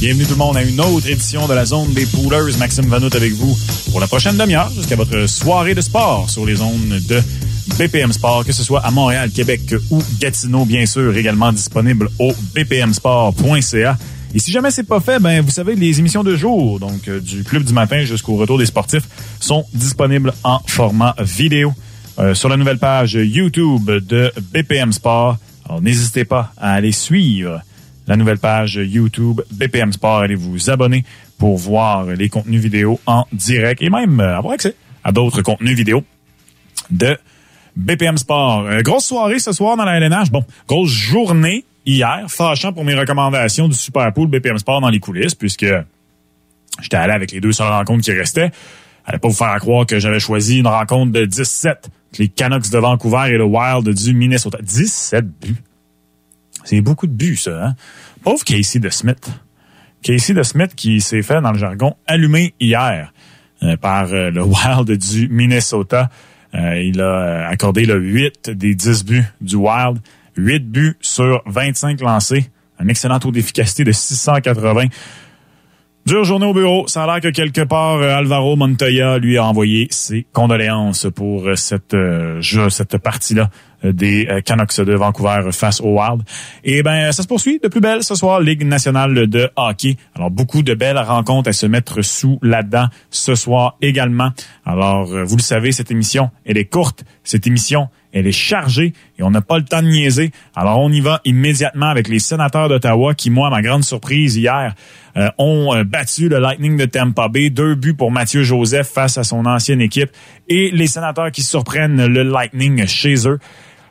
Bienvenue tout le monde à une autre édition de la Zone des Poolers. Maxime Vanout avec vous pour la prochaine demi-heure jusqu'à votre soirée de sport sur les zones de BPM Sport, que ce soit à Montréal, Québec ou Gatineau, bien sûr, également disponible au bpmsport.ca. Et si jamais c'est pas fait, ben vous savez, les émissions de jour, donc du Club du matin jusqu'au retour des sportifs, sont disponibles en format vidéo sur la nouvelle page YouTube de BPM Sport. Alors n'hésitez pas à aller suivre la nouvelle page YouTube BPM Sport. Allez vous abonner pour voir les contenus vidéo en direct et même avoir accès à d'autres contenus vidéo de BPM Sport. Grosse soirée ce soir dans la LNH. Bon, grosse journée hier, fâchant pour mes recommandations du Super Pool BPM Sport dans les coulisses, puisque j'étais allé avec les deux seules rencontres qui restaient. Allez pas vous faire croire que j'avais choisi une rencontre de 17, les Canucks de Vancouver et le Wild du Minnesota. 17 buts. C'est beaucoup de buts, ça, hein? Pauvre Casey DeSmith. Casey DeSmith qui s'est fait, dans le jargon, allumer hier par le Wild du Minnesota. Il a accordé le 8 des 10 buts du Wild. 8 buts sur 25 lancés. Un excellent taux d'efficacité de 680. Dure journée au bureau. Ça a l'air que quelque part, Alvaro Montoya lui a envoyé ses condoléances pour cette partie-là des Canucks de Vancouver face au Wild. Et ben, ça se poursuit de plus belle ce soir, Ligue nationale de hockey. Alors, beaucoup de belles rencontres à se mettre sous la dent ce soir également. Alors, vous le savez, cette émission, elle est courte. Cette émission, elle est chargée et on n'a pas le temps de niaiser. Alors, on y va immédiatement avec les Sénateurs d'Ottawa qui, moi, à ma grande surprise hier, ont battu le Lightning de Tampa Bay. 2 buts pour Mathieu Joseph face à son ancienne équipe. Et les Sénateurs qui surprennent le Lightning chez eux.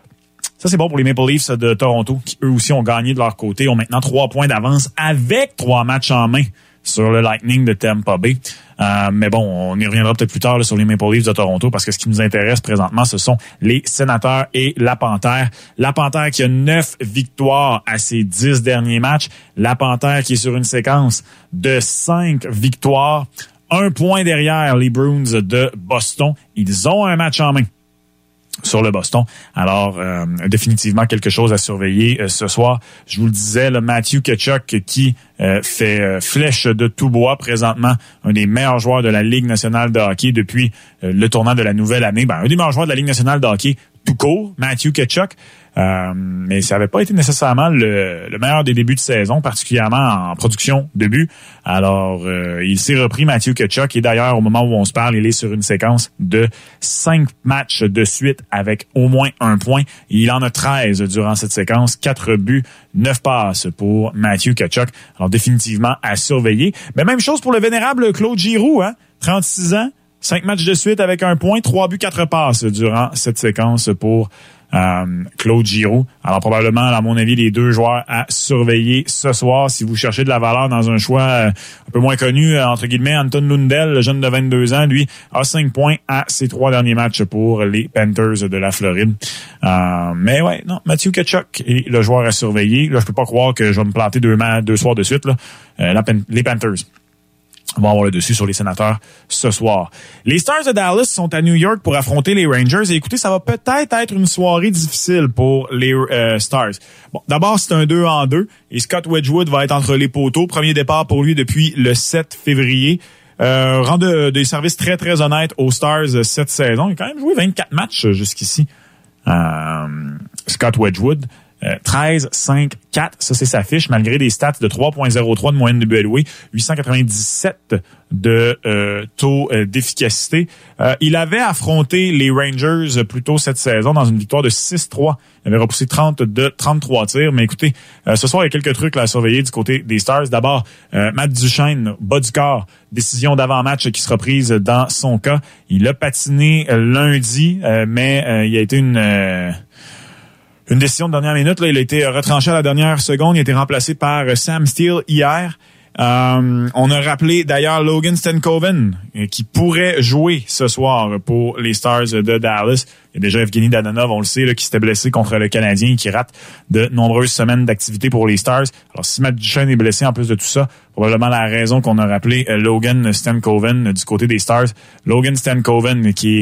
Ça, c'est bon pour les Maple Leafs de Toronto qui, eux aussi, ont gagné de leur côté. Ont maintenant 3 points d'avance avec 3 matchs en main sur le Lightning de Tampa Bay. Mais bon, on y reviendra peut-être plus tard là, sur les Maple Leafs de Toronto parce que ce qui nous intéresse présentement, ce sont les Sénateurs et la Panthère. La Panthère qui a 9 victoires à ses 10 derniers matchs. La Panthère qui est sur une séquence de 5 victoires. 1 point derrière les Bruins de Boston. Ils ont un match en main sur le Boston. Alors, définitivement quelque chose à surveiller ce soir. Je vous le disais, le Matthew Tkachuk qui fait flèche de tout bois présentement, un des meilleurs joueurs de la Ligue nationale de hockey depuis le tournant de la nouvelle année. Ben, un des meilleurs joueurs de la Ligue nationale de hockey tout court, Matthew Tkachuk. Mais ça n'avait pas été nécessairement le meilleur des débuts de saison, particulièrement en production de buts. Alors, il s'est repris Matthew Tkachuk et d'ailleurs, au moment où on se parle, il est sur une séquence de 5 matchs de suite avec au moins 1 point. Et il en a 13 durant cette séquence, 4 buts, 9 passes pour Matthew Tkachuk. Alors, définitivement à surveiller. Mais même chose pour le vénérable Claude Giroux, hein, 36 ans, 5 matchs de suite avec 1 point, 3 buts, 4 passes durant cette séquence pour Claude Giroux. Alors probablement, à mon avis, les deux joueurs à surveiller ce soir. Si vous cherchez de la valeur dans un choix un peu moins connu, entre guillemets, Anton Lundell, le jeune de 22 ans, lui, a 5 points à ses 3 derniers matchs pour les Panthers de la Floride. Mais ouais, non, Matthew Tkachuk est le joueur à surveiller. Là, je peux pas croire que je vais me planter 2 soirs de suite, là. Les Panthers vont avoir le dessus sur les Sénateurs ce soir. Les Stars de Dallas sont à New York pour affronter les Rangers. Et écoutez, ça va peut-être être une soirée difficile pour les Stars. Bon, d'abord, c'est un 2-en-2 et Scott Wedgwood va être entre les poteaux. Premier départ pour lui depuis le 7 février. Rend des services très, très honnêtes aux Stars cette saison. Il a quand même joué 24 matchs jusqu'ici. Scott Wedgwood. 13, 5, 4, ça c'est sa fiche, malgré des stats de 3.03 de moyenne de but alloué, 897 de taux d'efficacité. Il avait affronté les Rangers plus tôt cette saison dans une victoire de 6-3. Il avait repoussé 33 tirs, mais écoutez, ce soir il y a quelques trucs là, à surveiller du côté des Stars. D'abord, Matt Duchesne, bas du corps, décision d'avant-match qui sera prise dans son cas. Il a patiné lundi, mais il y a été une décision de dernière minute. Là, il a été retranché à la dernière seconde. Il a été remplacé par Sam Steele hier. On a rappelé d'ailleurs Logan Stankoven qui pourrait jouer ce soir pour les Stars de Dallas. Il y a déjà Evgeny Dadonov, on le sait, là, qui s'était blessé contre le Canadien et qui rate de nombreuses semaines d'activité pour les Stars. Alors, si Matt Duchesne est blessé en plus de tout ça, probablement la raison qu'on a rappelé Logan Stankoven du côté des Stars. Logan Stankoven qui est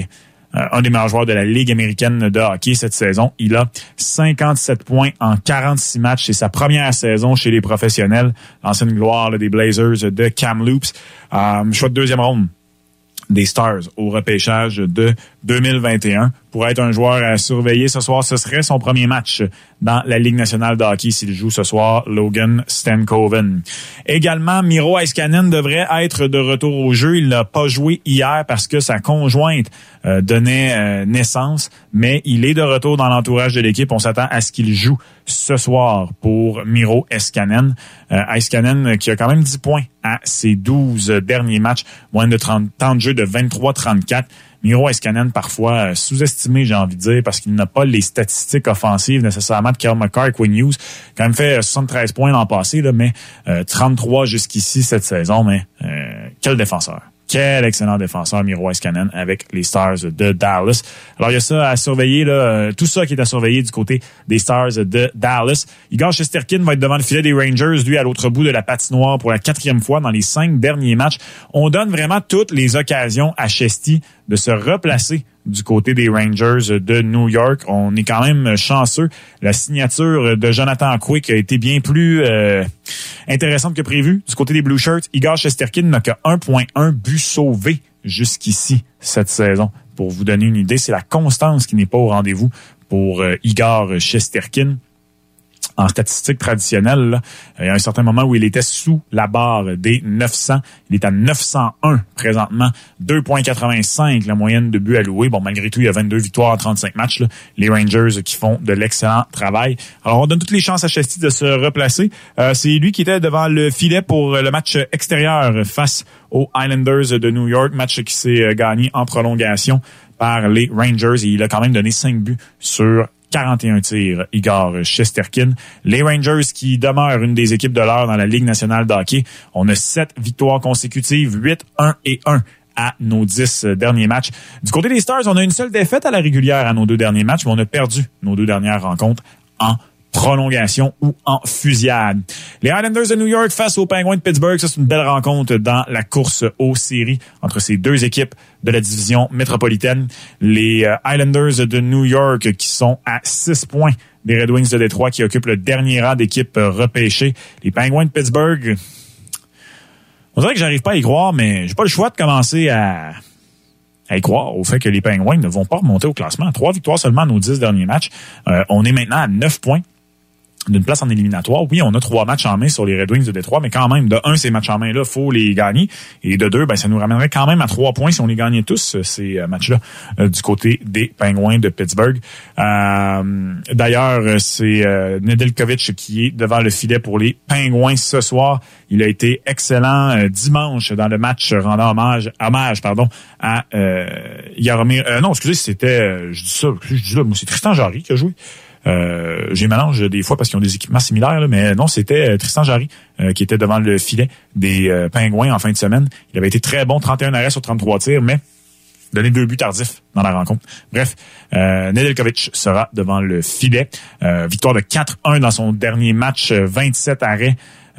un des meilleurs joueurs de la Ligue américaine de hockey cette saison. Il a 57 points en 46 matchs. C'est sa première saison chez les professionnels. L'ancienne gloire là, des Blazers de Kamloops. Choix de deuxième ronde des Stars au repêchage de 2021. Pour être un joueur à surveiller ce soir, ce serait son premier match dans la Ligue nationale de hockey s'il joue ce soir, Logan Stankoven. Également, Miro Heiskanen devrait être de retour au jeu. Il n'a pas joué hier parce que sa conjointe donnait naissance, mais il est de retour dans l'entourage de l'équipe. On s'attend à ce qu'il joue ce soir pour Miro Heiskanen. Heiskanen qui a quand même 10 points à ses 12 derniers matchs, moyenne de temps de jeu de 23-34. Miro Heiskanen, parfois sous-estimé, j'ai envie de dire, parce qu'il n'a pas les statistiques offensives nécessairement de Cale Makar et Quinn Hughes. Quand même fait 73 points l'an passé, là, mais 33 jusqu'ici cette saison. Mais quel défenseur! Quel excellent défenseur, Miro Heiskanen, avec les Stars de Dallas. Alors, il y a ça à surveiller, là, tout ça qui est à surveiller du côté des Stars de Dallas. Igor Shesterkin va être devant le filet des Rangers, lui, à l'autre bout de la patinoire pour la 4e fois dans les 5 derniers matchs. On donne vraiment toutes les occasions à Chesty de se replacer du côté des Rangers de New York. On est quand même chanceux. La signature de Jonathan Quick a été bien plus intéressante que prévu. Du côté des Blue Shirts, Igor Shesterkin n'a que 1.1 but sauvé jusqu'ici cette saison. Pour vous donner une idée, c'est la constance qui n'est pas au rendez-vous pour Igor Shesterkin. En statistiques traditionnelles, là, il y a un certain moment où il était sous la barre des 900. Il est à 901 présentement. 2,85 la moyenne de buts alloués. Bon, malgré tout, il y a 22 victoires en 35 matchs. Là. Les Rangers qui font de l'excellent travail. Alors, on donne toutes les chances à Chesty de se replacer. C'est lui qui était devant le filet pour le match extérieur face aux Islanders de New York. Match qui s'est gagné en prolongation par les Rangers. Et il a quand même donné 5 buts sur 41 tirs, Igor Shesterkin. Les Rangers qui demeurent une des équipes de l'heure dans la Ligue nationale de hockey. On a 7 victoires consécutives, 8-1-1 à nos 10 derniers matchs. Du côté des Stars, on a une seule défaite à la régulière à nos 2 derniers matchs, mais on a perdu nos 2 dernières rencontres en prolongation ou en fusillade. Les Islanders de New York face aux Penguins de Pittsburgh, ça c'est une belle rencontre dans la course aux séries entre ces 2 équipes de la division métropolitaine. Les Islanders de New York qui sont à 6 points des Red Wings de Détroit qui occupent le dernier rang d'équipes repêchées. Les Penguins de Pittsburgh, on dirait que j'arrive pas à y croire, mais j'ai pas le choix de commencer à y croire au fait que les Penguins ne vont pas remonter au classement. 3 victoires seulement à nos 10 derniers matchs. On est maintenant à 9 points d'une place en éliminatoire. Oui, on a 3 matchs en main sur les Red Wings de Détroit, mais quand même, de 1, ces matchs en main-là, faut les gagner. Et de 2, ben, ça nous ramènerait quand même à 3 points si on les gagnait tous, ces matchs-là, du côté des Penguins de Pittsburgh. D'ailleurs, c'est Nedeljkovic qui est devant le filet pour les Penguins ce soir. Il a été excellent dimanche dans le match rendant hommage à Jaromir. Non, excusez, c'était, je dis là, moi, c'est Tristan Jarry qui a joué. J'ai mélange des fois parce qu'ils ont des équipements similaires, là, mais non, c'était Tristan Jarry qui était devant le filet des Pingouins en fin de semaine. Il avait été très bon, 31 arrêts sur 33 tirs, mais donné 2 buts tardifs dans la rencontre. Bref, Nedeljkovic sera devant le filet. Victoire de 4-1 dans son dernier match, 27 arrêts,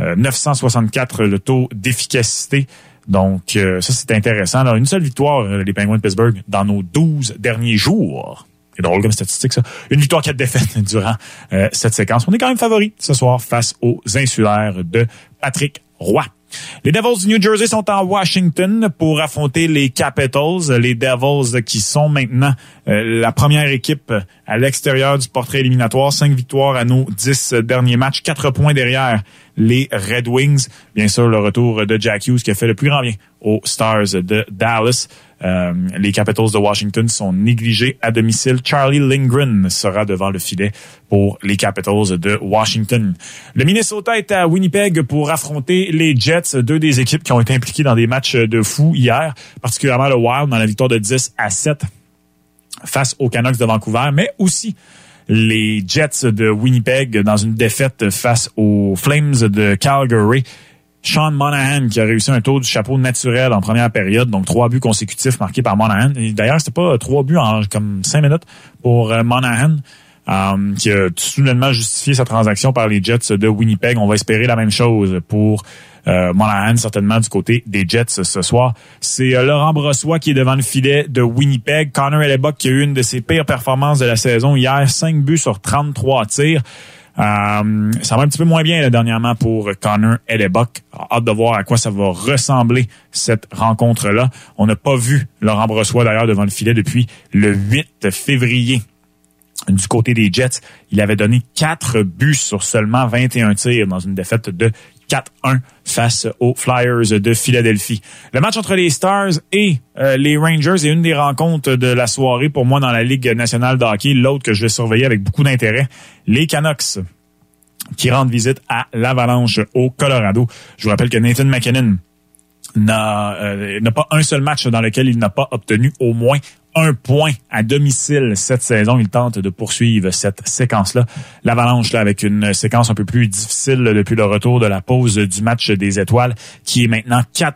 964 le taux d'efficacité. Donc, ça, c'est intéressant. Alors, une seule victoire, les Penguins de Pittsburgh, dans nos 12 derniers jours. C'est drôle comme statistique, ça. Une victoire, 4 défaites durant cette séquence. On est quand même favori ce soir face aux Insulaires de Patrick Roy. Les Devils du New Jersey sont en Washington pour affronter les Capitals. Les Devils qui sont maintenant la première équipe à l'extérieur du portrait éliminatoire. 5 victoires à nos 10 derniers matchs. 4 points derrière les Red Wings. Bien sûr, le retour de Jack Hughes qui a fait le plus grand bien aux Stars de Dallas. Les Capitals de Washington sont négligés à domicile. Charlie Lindgren sera devant le filet pour les Capitals de Washington. Le Minnesota est à Winnipeg pour affronter les Jets, 2 des équipes qui ont été impliquées dans des matchs de fou hier, particulièrement le Wild dans la victoire de 10-7 face aux Canucks de Vancouver, mais aussi les Jets de Winnipeg dans une défaite face aux Flames de Calgary. Sean Monahan qui a réussi un tour du chapeau naturel en première période, donc 3 buts consécutifs marqués par Monahan. Et d'ailleurs, c'était pas 3 buts en comme 5 minutes pour Monahan. qui a soudainement justifié sa transaction par les Jets de Winnipeg. On va espérer la même chose pour Monahan, certainement du côté des Jets ce soir. C'est Laurent Brossoit qui est devant le filet de Winnipeg. Connor Hellebuyck qui a eu une de ses pires performances de la saison hier, 5 buts sur 33 tirs. Ça va un petit peu moins bien là, dernièrement pour Connor Hellebuyck. Hâte de voir à quoi ça va ressembler cette rencontre-là. On n'a pas vu Laurent Brossoit d'ailleurs devant le filet depuis le 8 février. Du côté des Jets, il avait donné 4 buts sur seulement 21 tirs dans une défaite de 4-1 face aux Flyers de Philadelphie. Le match entre les Stars et les Rangers est une des rencontres de la soirée pour moi dans la Ligue nationale de hockey. L'autre que je vais surveiller avec beaucoup d'intérêt, les Canucks qui rendent visite à l'Avalanche au Colorado. Je vous rappelle que Nathan MacKinnon n'a pas un seul match dans lequel il n'a pas obtenu au moins 1 point à domicile cette saison. Il tente de poursuivre cette séquence-là. L'Avalanche, là, avec une séquence un peu plus difficile depuis le retour de la pause du match des Étoiles, qui est maintenant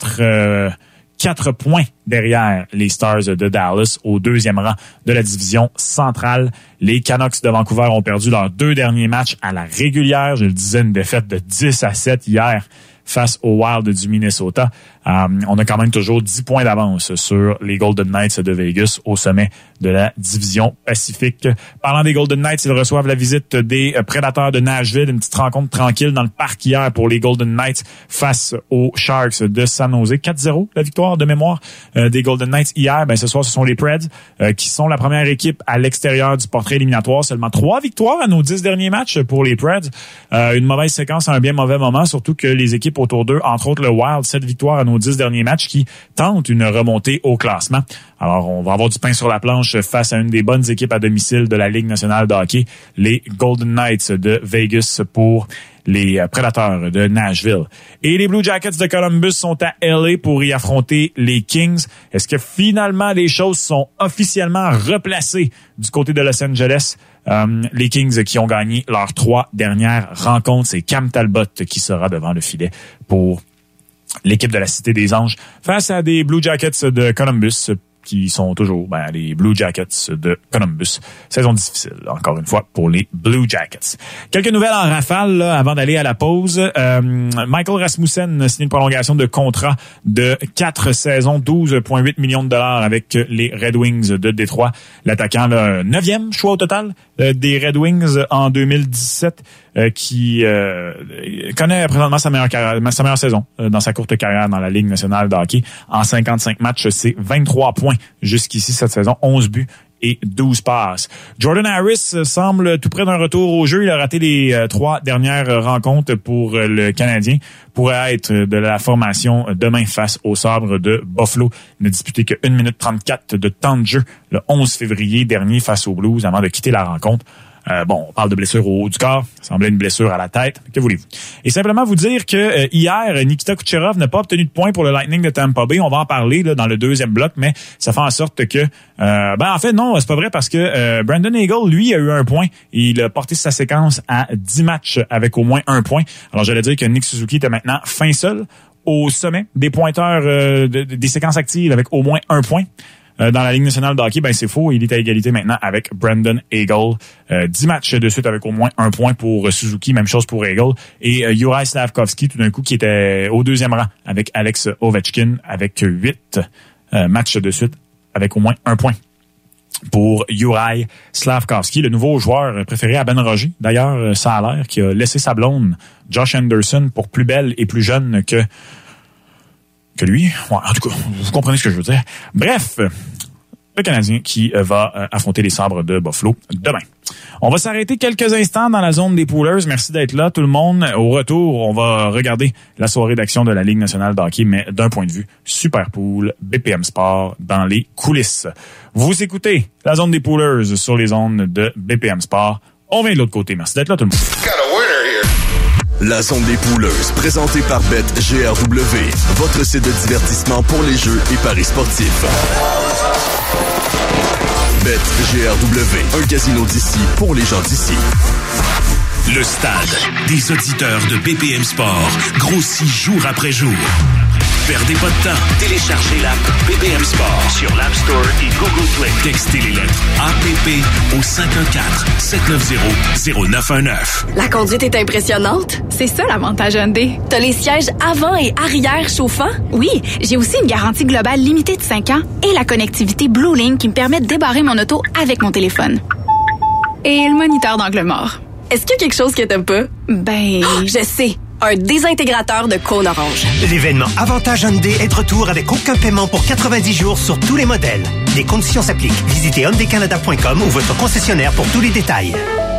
4 points derrière les Stars de Dallas au 2e rang de la division centrale. Les Canucks de Vancouver ont perdu leurs 2 derniers matchs à la régulière. Je le disais, une défaite de 10-7 hier face aux Wild du Minnesota. On a quand même toujours 10 points d'avance sur les Golden Knights de Vegas au sommet de la division Pacifique. Parlant des Golden Knights, ils reçoivent la visite des Prédateurs de Nashville. Une petite rencontre tranquille dans le parc hier pour les Golden Knights face aux Sharks de San Jose. 4-0, la victoire de mémoire des Golden Knights hier. Ce soir, ce sont les Preds qui sont la première équipe à l'extérieur du portrait éliminatoire. Seulement 3 victoires à nos 10 derniers matchs pour les Preds. Une mauvaise séquence à un bien mauvais moment, surtout que les équipes autour d'eux, entre autres le Wild, 7 victoires à nos 10 derniers matchs qui tentent une remontée au classement. Alors, on va avoir du pain sur la planche face à une des bonnes équipes à domicile de la Ligue nationale de hockey, les Golden Knights de Vegas pour les Prédateurs de Nashville. Et les Blue Jackets de Columbus sont à LA pour y affronter les Kings. Est-ce que finalement les choses sont officiellement replacées du côté de Los Angeles? Les Kings qui ont gagné leurs 3 dernières rencontres. C'est Cam Talbot qui sera devant le filet pour l'équipe de la Cité des Anges face à des Blue Jackets de Columbus qui sont toujours les Blue Jackets de Columbus. Saison difficile, encore une fois, pour les Blue Jackets. Quelques nouvelles en rafale là, avant d'aller à la pause. Michael Rasmussen a signé une prolongation de contrat de 4 saisons, 12,8 millions de dollars avec les Red Wings de Détroit. L'attaquant, le 9e choix au total des Red Wings en 2017, qui connaît présentement sa meilleure saison dans sa courte carrière dans la Ligue nationale de hockey. En 55 matchs, c'est 23 points jusqu'ici cette saison, 11 buts et 12 passes. Jordan Harris semble tout près d'un retour au jeu. Il a raté les 3 dernières rencontres pour le Canadien. Pourrait être de la formation demain face aux Sabres de Buffalo. Il n'a disputé que 1 minute 34 de temps de jeu le 11 février dernier face aux Blues avant de quitter la rencontre. On parle de blessure au haut du corps. Ça semblait une blessure à la tête. Que voulez-vous? Et simplement vous dire que hier, Nikita Kucherov n'a pas obtenu de points pour le Lightning de Tampa Bay. On va en parler là, dans le 2e bloc, mais ça fait en sorte que... en fait, non, c'est pas vrai parce que Brandon Hagel, lui, a eu 1 point. Il a porté sa séquence à 10 matchs avec au moins 1 point. Alors, j'allais dire que Nick Suzuki était maintenant fin seul au sommet des pointeurs des séquences actives avec au moins 1 point. Dans la Ligue nationale de hockey, c'est faux. Il est à égalité maintenant avec Brandon Hagel. 10 matchs de suite avec au moins 1 point pour Suzuki. Même chose pour Hagel. Et Juraj Slafkovský, tout d'un coup, qui était au 2e rang avec Alex Ovechkin avec 8 matchs de suite avec au moins 1 point pour Juraj Slafkovský, le nouveau joueur préféré à Ben Roger. D'ailleurs, ça a l'air qui a laissé sa blonde, Josh Anderson, pour plus belle et plus jeune que lui. Ouais, en tout cas, vous comprenez ce que je veux dire. Bref, le Canadien qui va affronter les Sabres de Buffalo demain. On va s'arrêter quelques instants dans la zone des poolers. Merci d'être là, tout le monde. Au retour, on va regarder la soirée d'action de la Ligue nationale de hockey, mais d'un point de vue Super Pool, BPM Sport dans les coulisses. Vous écoutez la zone des poolers sur les ondes de BPM Sport. On vient de l'autre côté. Merci d'être là, tout le monde. La zone des poolers, présentée par BetGRW, votre site de divertissement pour les jeux et paris sportifs. BetGRW, un casino d'ici pour les gens d'ici. Le stade des auditeurs de BPM Sport grossit jour après jour. perdez pas de temps. Téléchargez l'app BPM Sport sur l'App Store et Google Play. Textez les lettres APP au 514-790-0919. La conduite est impressionnante. C'est ça l'avantage Hyundai. T'as les sièges avant et arrière chauffants? Oui, j'ai aussi une garantie globale limitée de 5 ans et la connectivité Blue Link qui me permet de débarrer mon auto avec mon téléphone. Et le moniteur d'angle mort. Est-ce qu'il y a quelque chose que t'aimes pas? Je sais. Un désintégrateur de cône orange. L'événement Avantage Hyundai est de retour avec aucun paiement pour 90 jours sur tous les modèles. Les conditions s'appliquent. Visitez hyundaicanada.com ou votre concessionnaire pour tous les détails.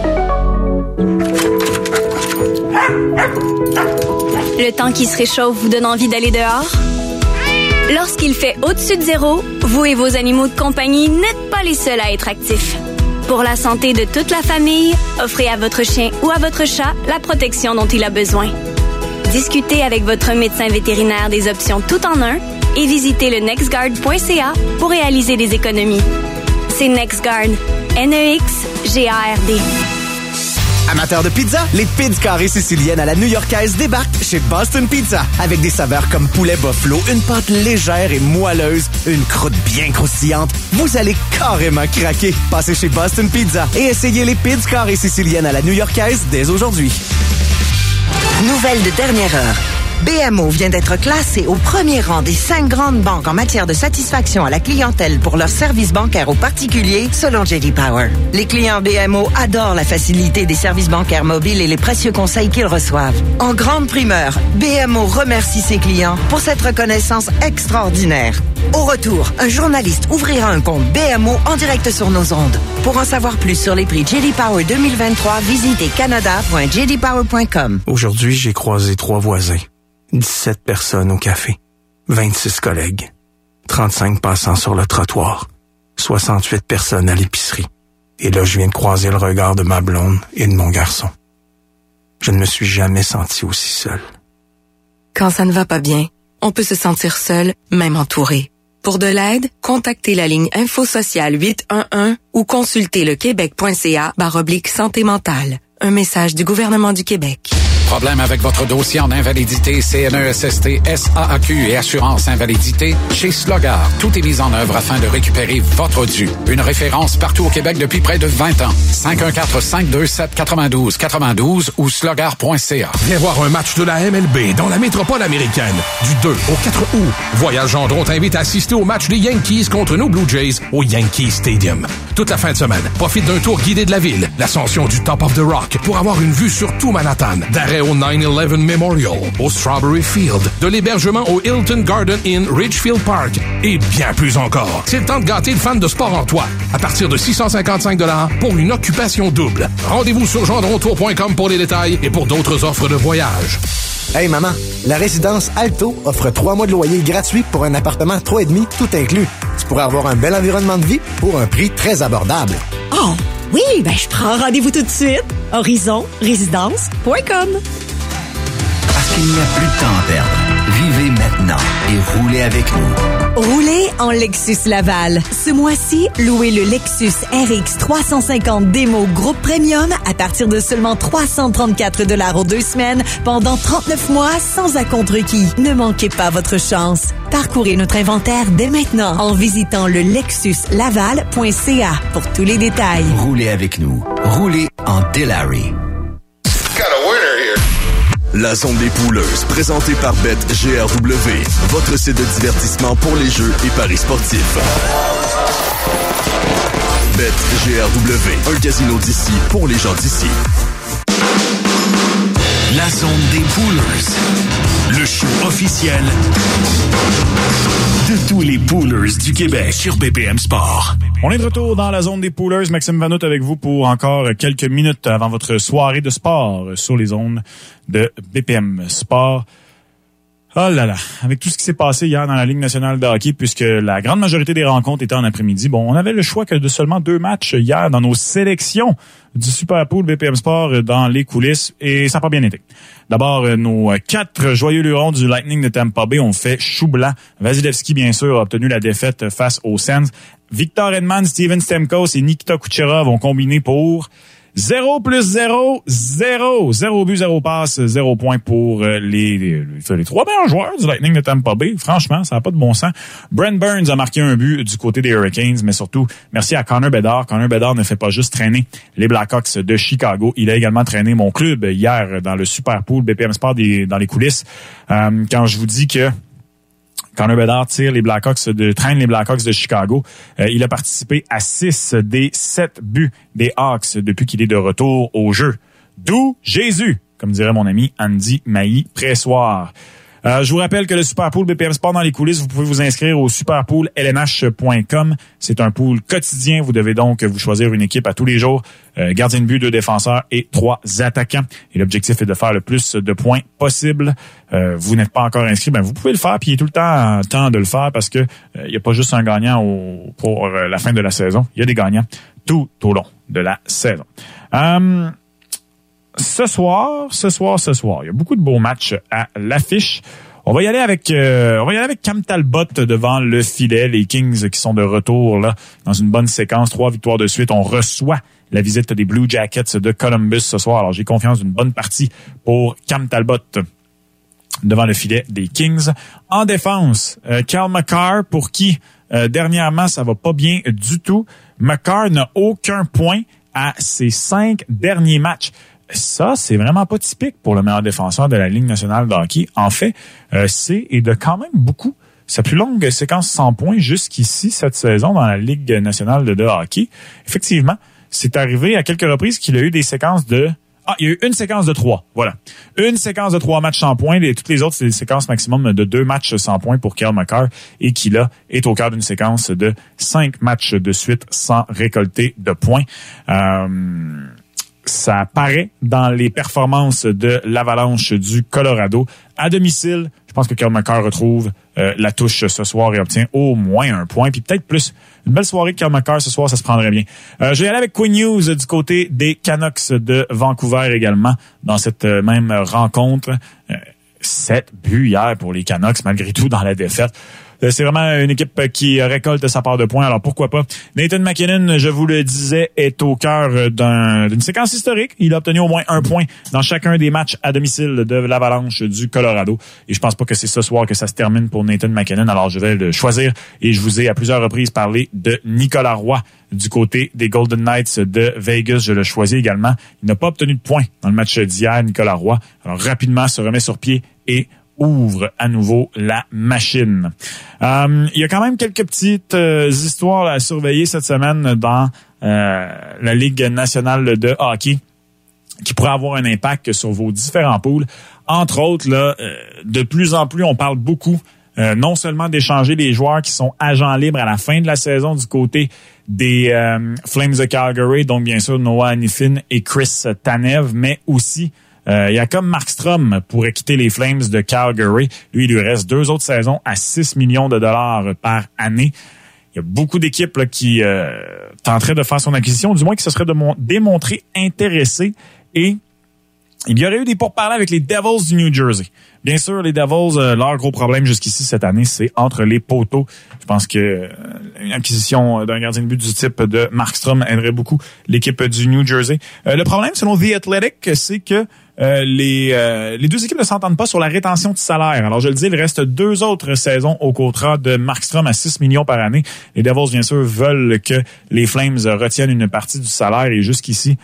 Le temps qui se réchauffe vous donne envie d'aller dehors? Lorsqu'il fait au-dessus de zéro, vous et vos animaux de compagnie n'êtes pas les seuls à être actifs. Pour la santé de toute la famille, offrez à votre chien ou à votre chat la protection dont il a besoin. Discutez avec votre médecin vétérinaire des options tout en un et visitez le nextguard.ca pour réaliser des économies. C'est NextGuard. NEXGARD. Amateurs de pizza, les pizzas carrées siciliennes à la new-yorkaise débarquent chez Boston Pizza. Avec des saveurs comme poulet buffalo, une pâte légère et moelleuse, une croûte bien croustillante, vous allez carrément craquer. Passez chez Boston Pizza et essayez les pizzas carrées siciliennes à la new-yorkaise dès aujourd'hui. Nouvelle de dernière heure. BMO vient d'être classé au premier rang des 5 grandes banques en matière de satisfaction à la clientèle pour leurs services bancaires aux particuliers, selon J.D. Power. Les clients BMO adorent la facilité des services bancaires mobiles et les précieux conseils qu'ils reçoivent. En grande primeur, BMO remercie ses clients pour cette reconnaissance extraordinaire. Au retour, un journaliste ouvrira un compte BMO en direct sur nos ondes. Pour en savoir plus sur les prix J.D. Power 2023, visitez canada.jdpower.com. Aujourd'hui, j'ai croisé 3 voisins. 17 personnes au café, 26 collègues, 35 passants sur le trottoir, 68 personnes à l'épicerie. Et là, je viens de croiser le regard de ma blonde et de mon garçon. Je ne me suis jamais senti aussi seul. Quand ça ne va pas bien, on peut se sentir seul, même entouré. Pour de l'aide, contactez la ligne Info Sociale 811 ou consultez le québec.ca/santé mentale. Un message du gouvernement du Québec. Problème avec votre dossier en invalidité, CNESST, SAAQ et assurance invalidité? Chez Slogar, tout est mis en œuvre afin de récupérer votre dû. Une référence partout au Québec depuis près de 20 ans. 514-527-92-92 ou slogar.ca. Viens voir un match de la MLB dans la métropole américaine. Du 2 au 4 août, Voyage Gendron t'invite à assister au match des Yankees contre nos Blue Jays au Yankee Stadium. Toute la fin de semaine, profite d'un tour guidé de la ville, l'ascension du Top of the Rock pour avoir une vue sur tout Manhattan, d'arrêt au 9/11 Memorial, au Strawberry Field, de l'hébergement au Hilton Garden Inn Ridgefield Park et bien plus encore. C'est le temps de gâter le fan de sport en toi. À partir de 655 $ pour une occupation double. Rendez-vous sur gendrontour.com pour les détails et pour d'autres offres de voyage. Hey maman, la résidence Alto offre 3 mois de loyer gratuit pour un appartement 3,5 tout inclus. Tu pourrais avoir un bel environnement de vie pour un prix très abordable. Oh, oui, je prends rendez-vous tout de suite. horizonrésidence.com. Parce qu'il n'y a plus de temps à perdre. Vivez maintenant et roulez avec nous. Roulez en Lexus Laval. Ce mois-ci, louez le Lexus RX 350 Démo Groupe Premium à partir de seulement 334 $ aux 2 semaines pendant 39 mois sans acompte requis. Ne manquez pas votre chance. Parcourez notre inventaire dès maintenant en visitant le lexuslaval.ca pour tous les détails. Roulez avec nous. Roulez en Delary. La zone des pouleuses, présentée par BetGRW, votre site de divertissement pour les jeux et paris sportifs. BetGRW, un casino d'ici pour les gens d'ici. La zone des poolers, le show officiel de tous les poolers du Québec sur BPM Sport. On est de retour dans la zone des poolers. Maxime Vanout avec vous pour encore quelques minutes avant votre soirée de sport sur les zones de BPM Sport. Oh là là, avec tout ce qui s'est passé hier dans la Ligue nationale de hockey, puisque la grande majorité des rencontres étaient en après-midi. Bon, on avait le choix que de seulement 2 matchs hier dans nos sélections du Super Pool BPM Sport dans les coulisses, et ça n'a pas bien été. D'abord, nos 4 joyeux lurons du Lightning de Tampa Bay ont fait chou blanc. Vasilevski, bien sûr, a obtenu la défaite face aux Sens. Victor Hedman, Steven Stamkos et Nikita Kucherov ont combiné pour 0 plus 0, 0. 0 but, 0 passe, 0 point pour les 3 meilleurs joueurs du Lightning de Tampa Bay. Franchement, ça n'a pas de bon sens. Brent Burns a marqué un but du côté des Hurricanes, mais surtout, merci à Connor Bedard. Connor Bedard ne fait pas juste traîner les Blackhawks de Chicago. Il a également traîné mon club hier dans le Super Pool BPM Sport dans les coulisses. Quand je vous dis que Connor Bedard traîne les Blackhawks de Chicago. Il a participé à 6 des 7 buts des Hawks depuis qu'il est de retour au jeu. D'où Jésus, comme dirait mon ami Andy Mailly-Pressoir. Je vous rappelle que le Super Pool BPM Sport dans les coulisses, vous pouvez vous inscrire au superpool.lnh.com. C'est un pool quotidien. Vous devez donc vous choisir une équipe à tous les jours. Gardien de but, 2 défenseurs et 3 attaquants. Et l'objectif est de faire le plus de points possible. Vous n'êtes pas encore inscrit, vous pouvez le faire. Puis il est tout le temps de le faire parce que il n'y a pas juste un gagnant pour la fin de la saison. Il y a des gagnants tout au long de la saison. Ce soir, il y a beaucoup de beaux matchs à l'affiche. On va y aller avec Cam Talbot devant le filet, les Kings qui sont de retour là dans une bonne séquence, 3 victoires de suite. On reçoit la visite des Blue Jackets de Columbus ce soir. Alors j'ai confiance d'une bonne partie pour Cam Talbot devant le filet des Kings. En défense, Cale Makar pour qui dernièrement ça va pas bien du tout. Makar n'a aucun point à ses 5 derniers matchs. Ça, c'est vraiment pas typique pour le meilleur défenseur de la Ligue nationale de hockey. En fait, c'est de quand même beaucoup. Sa plus longue séquence sans points jusqu'ici cette saison dans la Ligue nationale de hockey. Effectivement, c'est arrivé à quelques reprises qu'il a eu des séquences de... il y a eu une séquence de 3, voilà. Une séquence de 3 matchs sans points. Et toutes les autres, c'est des séquences maximum de 2 matchs sans points pour Cale Makar. Et qui, là, est au cœur d'une séquence de 5 matchs de suite sans récolter de points. Ça apparaît dans les performances de l'Avalanche du Colorado. À domicile, je pense que Cale Makar retrouve la touche ce soir et obtient au moins un point. Puis peut-être plus. Une belle soirée de Cale Makar ce soir, ça se prendrait bien. Je vais aller avec Quinn Hughes du côté des Canucks de Vancouver également dans cette même rencontre. 7 buts hier pour les Canucks, malgré tout, dans la défaite. C'est vraiment une équipe qui récolte sa part de points, alors pourquoi pas. Nathan MacKinnon, je vous le disais, est au cœur d'une séquence historique. Il a obtenu au moins un point dans chacun des matchs à domicile de l'Avalanche du Colorado. Et je pense pas que c'est ce soir que ça se termine pour Nathan MacKinnon, alors je vais le choisir. Et je vous ai à plusieurs reprises parlé de Nicolas Roy du côté des Golden Knights de Vegas. Je le choisis également. Il n'a pas obtenu de points dans le match d'hier, Nicolas Roy. Alors rapidement, se remet sur pied et ouvre à nouveau la machine. Il y a quand même quelques petites histoires à surveiller cette semaine dans la Ligue nationale de hockey qui pourraient avoir un impact sur vos différents pools. Entre autres, là, de plus en plus, on parle beaucoup non seulement d'échanger les joueurs qui sont agents libres à la fin de la saison du côté des Flames de Calgary, donc bien sûr Noah Hanifin et Chris Tanev, mais aussi il y a comme Markstrom pourrait quitter les Flames de Calgary. Lui, il lui reste 2 autres saisons à 6 millions de dollars par année. Il y a beaucoup d'équipes là, qui tenteraient de faire son acquisition, du moins qui se seraient démontrés intéressés. Et il y aurait eu des pourparlers avec les Devils du New Jersey. Bien sûr, les Devils, leur gros problème jusqu'ici cette année, c'est entre les poteaux. Je pense que une acquisition d'un gardien de but du type de Markstrom aiderait beaucoup l'équipe du New Jersey. Le problème, selon The Athletic, c'est que les 2 équipes ne s'entendent pas sur la rétention de salaire. Alors, je le dis, il reste 2 autres saisons au contrat de Markstrom à 6 millions par année. Les Devils, bien sûr, veulent que les Flames retiennent une partie du salaire et jusqu'ici,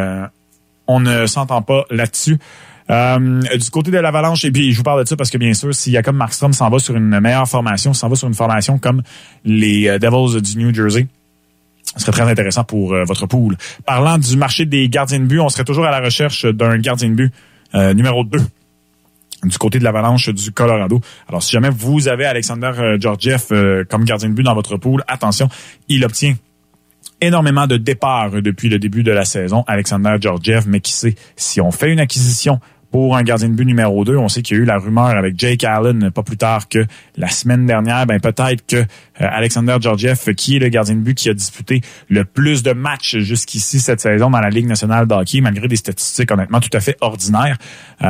on ne s'entend pas là-dessus. Du côté de l'Avalanche, et puis je vous parle de ça parce que bien sûr, si Jacob Markstrom s'en va sur une meilleure formation, s'en va sur une formation comme les Devils du New Jersey, ce serait très intéressant pour votre pool. Parlant du marché des gardiens de but, on serait toujours à la recherche d'un gardien de but numéro 2 du côté de l'Avalanche du Colorado. Alors, si jamais vous avez Alexander Georgiev comme gardien de but dans votre pool, attention, il obtient énormément de départs depuis le début de la saison, Alexander Georgiev, mais qui sait, si on fait une acquisition pour un gardien de but numéro 2. On sait qu'il y a eu la rumeur avec Jake Allen pas plus tard que la semaine dernière. Ben peut-être que Alexander Georgiev, qui est le gardien de but qui a disputé le plus de matchs jusqu'ici cette saison dans la Ligue nationale de hockey, malgré des statistiques honnêtement tout à fait ordinaires, il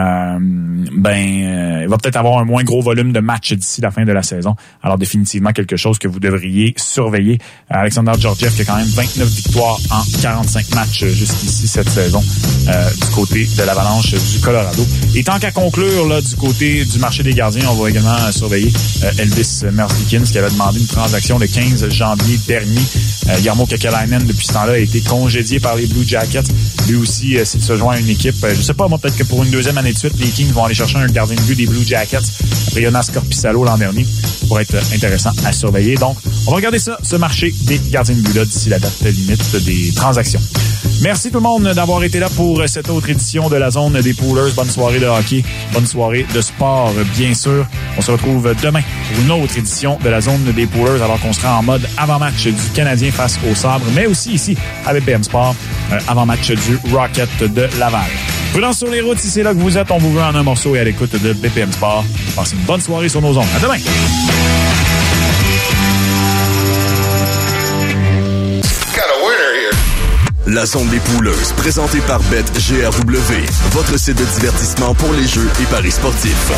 va peut-être avoir un moins gros volume de matchs d'ici la fin de la saison. Alors définitivement quelque chose que vous devriez surveiller. Alexander Georgiev qui a quand même 29 victoires en 45 matchs jusqu'ici cette saison du côté de l'Avalanche du Colorado. Et tant qu'à conclure là du côté du marché des gardiens, on va également surveiller Elvis Merzlikins qui avait demandé une transaction le 15 janvier dernier. Jarmo Kekalainen depuis ce temps-là a été congédié par les Blue Jackets. Lui aussi s'il se joint à une équipe, je sais pas moi, peut-être que pour une deuxième année de suite les Kings vont aller chercher un gardien de but des Blue Jackets après Jonas Korpisalo l'an dernier. Ça pourrait être intéressant à surveiller. Donc on va regarder ça, ce marché des gardiens de but là d'ici la date limite des transactions. Merci tout le monde d'avoir été là pour cette autre édition de la zone des Poolers. Bonne soirée de hockey, bonne soirée de sport, bien sûr. On se retrouve demain pour une autre édition de la zone des Poolers, alors qu'on sera en mode avant-match du Canadien face au Sabre, mais aussi ici à BPM Sport, avant-match du Rocket de Laval. Prudence sur les routes, si c'est là que vous êtes, on vous veut en un morceau et à l'écoute de BPM Sport. Passez une bonne soirée sur nos ondes. À demain! La zone des Poolers, présentée par BetGRW, votre site de divertissement pour les jeux et paris sportifs.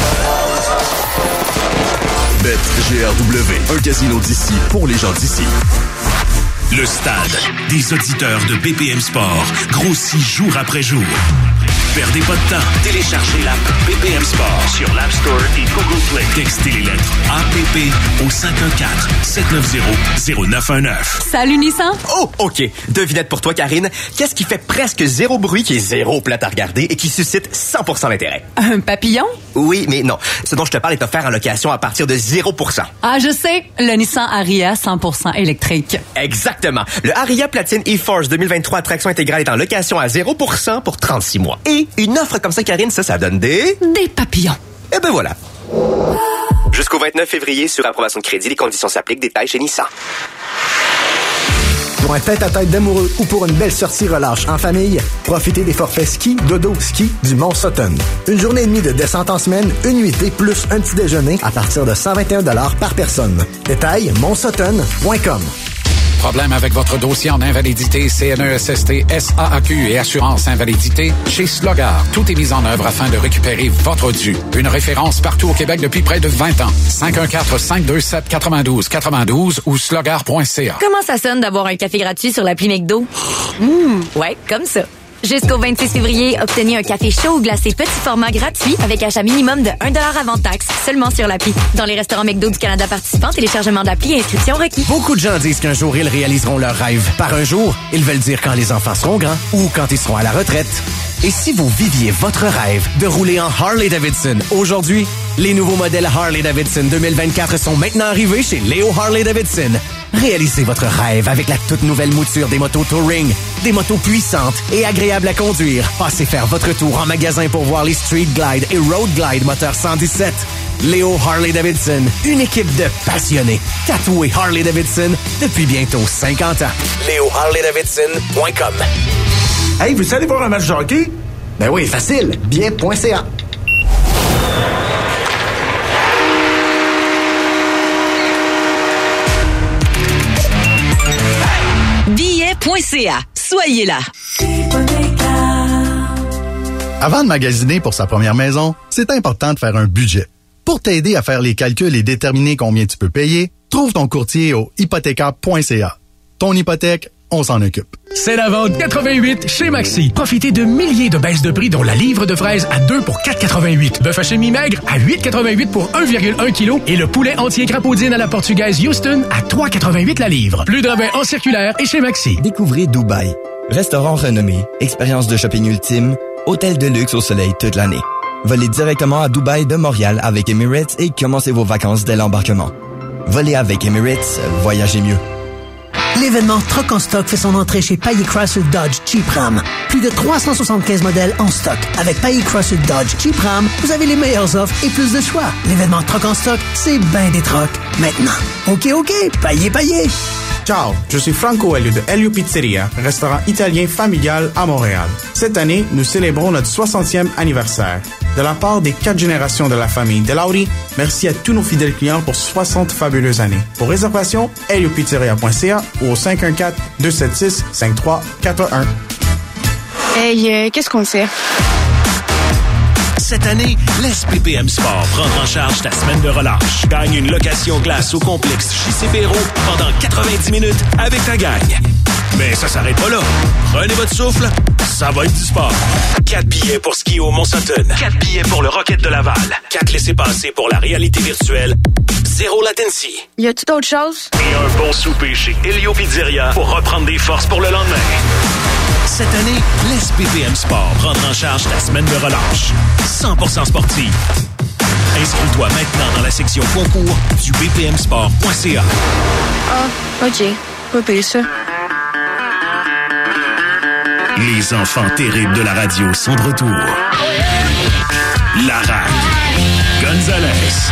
BetGRW, un casino d'ici pour les gens d'ici. Le stade des auditeurs de BPM Sport grossit jour après jour. Perdez pas de temps. Téléchargez l'app BPM Sport sur l'App Store et Google Play. Textez les lettres APP au 514-790-0919. Salut Nissan. Oh, OK. Devinette pour toi, Karine. Qu'est-ce qui fait presque zéro bruit, qui est zéro plate à regarder et qui suscite 100% d'intérêt? Un papillon? Oui, mais non. Ce dont je te parle est offert en location à partir de 0%. Ah, je sais. Le Nissan Ariya 100% électrique. Exactement. Le Ariya Platine e-Force 2023 traction intégrale est en location à 0% pour 36 mois. Et une offre comme ça, Karine, ça donne des papillons. Et ben voilà. Jusqu'au 29 février, sur approbation de crédit, les conditions s'appliquent. Détails chez Nissan. Pour un tête-à-tête d'amoureux ou pour une belle sortie relâche en famille, profitez des forfaits ski, dodo, ski du Mont Sutton. Une journée et demie de descente en semaine, une nuitée plus un petit déjeuner à partir de 121 $ par personne. Détail, montsutton.com. Problème avec votre dossier en invalidité, CNESST, SAAQ et assurance invalidité? Chez Slogar, tout est mis en œuvre afin de récupérer votre dû. Une référence partout au Québec depuis près de 20 ans. 514-527-92-92 ou slogar.ca. Comment ça sonne d'avoir un café gratuit sur l'appli McDo? Ouais, comme ça. Jusqu'au 26 février, obtenez un café chaud ou glacé petit format gratuit avec achat minimum de 1 $ avant taxe, seulement sur l'appli. Dans les restaurants McDo du Canada participants, téléchargement de l'appli et inscription requis. Beaucoup de gens disent qu'un jour, ils réaliseront leurs rêves. Par un jour, ils veulent dire quand les enfants seront grands ou quand ils seront à la retraite. Et si vous viviez votre rêve de rouler en Harley-Davidson? Aujourd'hui, les nouveaux modèles Harley-Davidson 2024 sont maintenant arrivés chez Léo Harley-Davidson. Réalisez votre rêve avec la toute nouvelle mouture des motos Touring. Des motos puissantes et agréables à conduire. Passez faire votre tour en magasin pour voir les Street Glide et Road Glide moteur 117. Léo Harley-Davidson, une équipe de passionnés. Tatoués Harley-Davidson depuis bientôt 50 ans. LéoHarley-Davidson.com. Hey, vous allez voir un match de hockey? Ben oui, facile. Bien.ca. Billet.ca. Soyez là. Avant de magasiner pour sa première maison, c'est important de faire un budget. Pour t'aider à faire les calculs et déterminer combien tu peux payer, trouve ton courtier au hypothécaire.ca. Ton hypothèque, on s'en occupe. C'est la vente 88 chez Maxi. Profitez de milliers de baisses de prix, dont la livre de fraises à 2 pour 4,88. Bœuf haché mi-maigre à 8,88 pour 1,1 kg. Et le poulet entier crapaudine à la portugaise Houston à 3,88 la livre. Plus de rabais en circulaire et chez Maxi. Découvrez Dubaï. Restaurant renommé, expérience de shopping ultime, hôtel de luxe au soleil toute l'année. Volez directement à Dubaï de Montréal avec Emirates et commencez vos vacances dès l'embarquement. Volez avec Emirates, voyagez mieux. L'événement Troc en stock fait son entrée chez Payet Chrysler Dodge Jeep Ram. Plus de 375 modèles en stock. Avec Payet Chrysler Dodge Jeep Ram, vous avez les meilleures offres et plus de choix. L'événement Troc en stock, c'est ben des trocs. Maintenant. OK, Payet. Ciao, je suis Franco Elio de Elio Pizzeria, restaurant italien familial à Montréal. Cette année, nous célébrons notre 60e anniversaire. De la part des 4 générations de la famille De Lauri, merci à tous nos fidèles clients pour 60 fabuleuses années. Pour réservation, eliopizzeria.ca ou au 514-276-5341. Hey, qu'est-ce qu'on fait? Cette année, laisse BPM Sport prendre en charge ta semaine de relâche. Gagne une location glace au complexe JC Perrault pendant 90 minutes avec ta gang. Mais ça s'arrête pas là. Prenez votre souffle, ça va être du sport. 4 billets pour skier au Mont-Sutton. 4 billets pour le Rocket de Laval. 4 laissez-passer pour la réalité virtuelle. 0 latency. Y a-tu d'autres choses? Et un bon souper chez Elio Pizzeria pour reprendre des forces pour le lendemain. Cette année, laisse BPM Sport prendre en charge ta semaine de relâche. 100% sportive. Inscris-toi maintenant dans la section concours du bpmsport.ca. Ah, OK. Pas pire ça. Les enfants terribles de la radio sont de retour. Lara, Gonzalez,